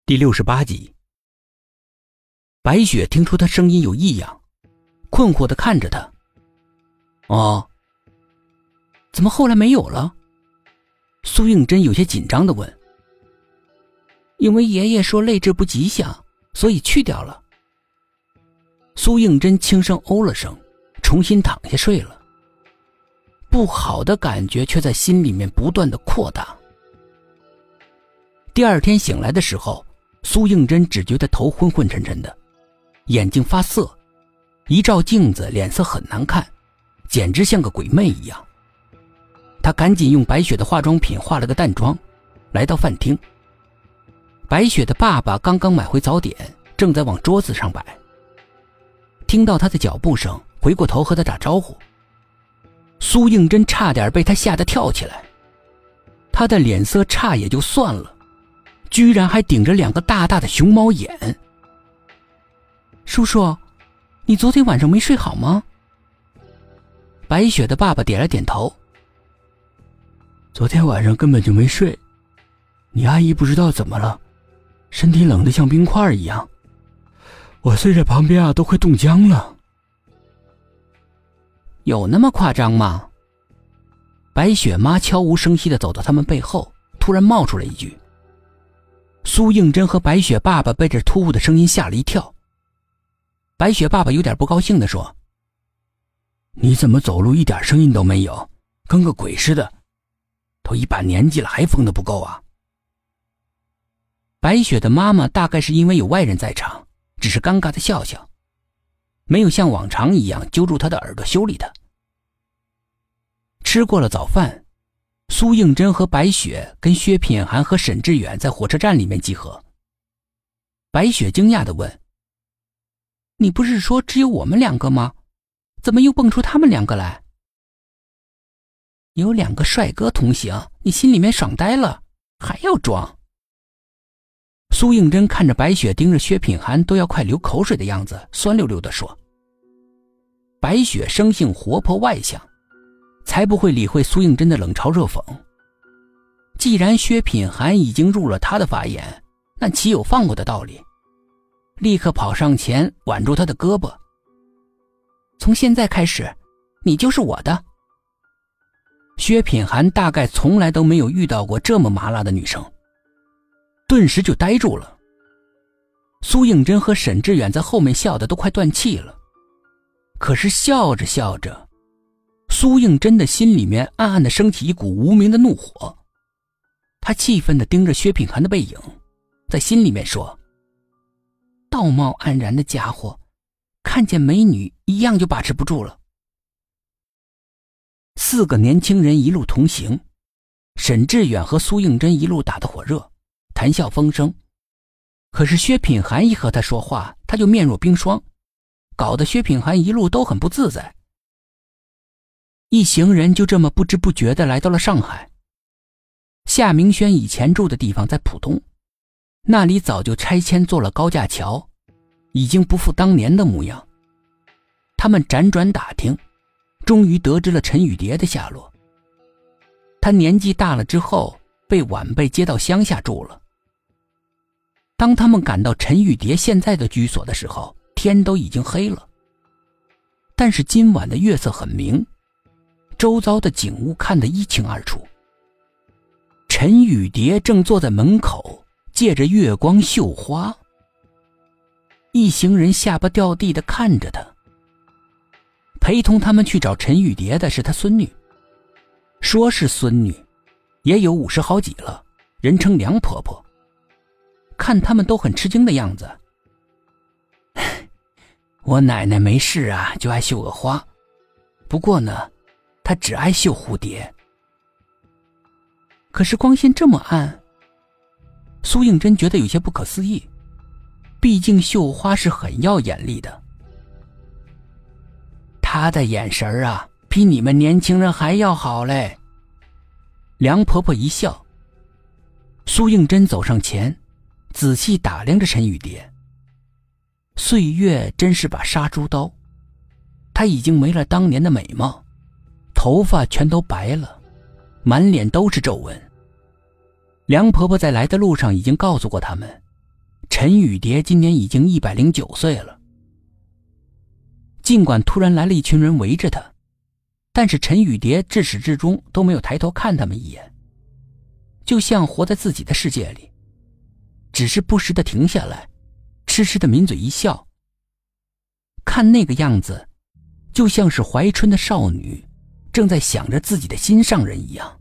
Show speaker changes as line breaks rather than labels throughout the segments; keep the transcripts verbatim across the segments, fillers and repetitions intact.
第六十八集。白雪听出他声音有异样，困惑地看着他。哦，怎么后来没有了？苏应真有些紧张地问。因为爷爷说泪痣不吉祥，所以去掉了。苏应真轻声哦了声，重新躺下睡了。不好的感觉却在心里面不断地扩大。第二天醒来的时候，苏应真只觉得头昏昏沉沉的，眼睛发涩，一照镜子脸色很难看，简直像个鬼魅一样。他赶紧用白雪的化妆品化了个淡妆，来到饭厅。白雪的爸爸刚刚买回早点，正在往桌子上摆。听到他的脚步声，回过头和他打招呼。苏应真差点被他吓得跳起来，他的脸色差也就算了，居然还顶着两个大大的熊猫眼。叔叔，你昨天晚上没睡好吗？白雪的爸爸点了点头。
昨天晚上根本就没睡，你阿姨不知道怎么了，身体冷得像冰块一样，我睡在旁边啊都快冻僵了。
有那么夸张吗？白雪妈悄无声息地走到他们背后，突然冒出了一句。苏应真和白雪爸爸被这突兀的声音吓了一跳。白雪爸爸有点不高兴地说：
你怎么走路一点声音都没有，跟个鬼似的，都一把年纪了还疯得不够啊。
白雪的妈妈大概是因为有外人在场，只是尴尬的笑笑，没有像往常一样揪住她的耳朵修理她。吃过了早饭，苏应真和白雪跟薛品涵和沈志远在火车站里面集合。白雪惊讶地问：你不是说只有我们两个吗？怎么又蹦出他们两个来？有两个帅哥同行，你心里面爽呆了，还要装。苏应真看着白雪盯着薛品涵都要快流口水的样子，酸溜溜地说。白雪生性活泼外向，才不会理会苏应真的冷嘲热讽。既然薛品涵已经入了他的法眼，那岂有放过的道理？立刻跑上前挽住他的胳膊。从现在开始，你就是我的。薛品涵大概从来都没有遇到过这么麻辣的女生，顿时就呆住了。苏应真和沈志远在后面笑得都快断气了。可是笑着笑着，苏应真的心里面暗暗地升起一股无名的怒火。他气愤地盯着薛品涵的背影，在心里面说：道貌岸然的家伙，看见美女一样就把持不住了。四个年轻人一路同行，沈志远和苏应真一路打得火热，谈笑风生。可是薛品涵一和他说话，他就面若冰霜，搞得薛品涵一路都很不自在。一行人就这么不知不觉地来到了上海。夏明轩以前住的地方在浦东，那里早就拆迁做了高架桥，已经不复当年的模样。他们辗转打听，终于得知了陈雨蝶的下落。她年纪大了之后，被晚辈接到乡下住了。当他们赶到陈雨蝶现在的居所的时候，天都已经黑了。但是今晚的月色很明，周遭的景物看得一清二楚。陈雨蝶正坐在门口，借着月光绣花。一行人下巴掉地地看着他。陪同他们去找陈雨蝶的是他孙女，说是孙女，也有五十好几了，人称梁婆婆。看他们都很吃惊的样子。我奶奶没事啊，就爱绣个花，不过呢，她只爱绣蝴蝶。可是光线这么暗，苏应真觉得有些不可思议，毕竟绣花是很要眼力的。她的眼神啊，比你们年轻人还要好嘞。梁婆婆一笑。苏应真走上前，仔细打量着陈雨蝶。岁月真是把杀猪刀，她已经没了当年的美貌，头发全都白了，满脸都是皱纹。梁婆婆在来的路上已经告诉过他们， 陈雨蝶今年已经一百零九岁了。尽管突然来了一群人围着他，但是陈雨蝶至始至终都没有抬头看他们一眼，就像活在自己的世界里，只是不时地停下来，痴痴地抿嘴一笑。看那个样子，就像是怀春的少女正在想着自己的心上人一样。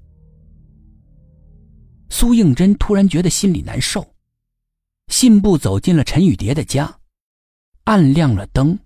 苏应真突然觉得心里难受，信步走进了陈雨蝶的家，按亮了灯，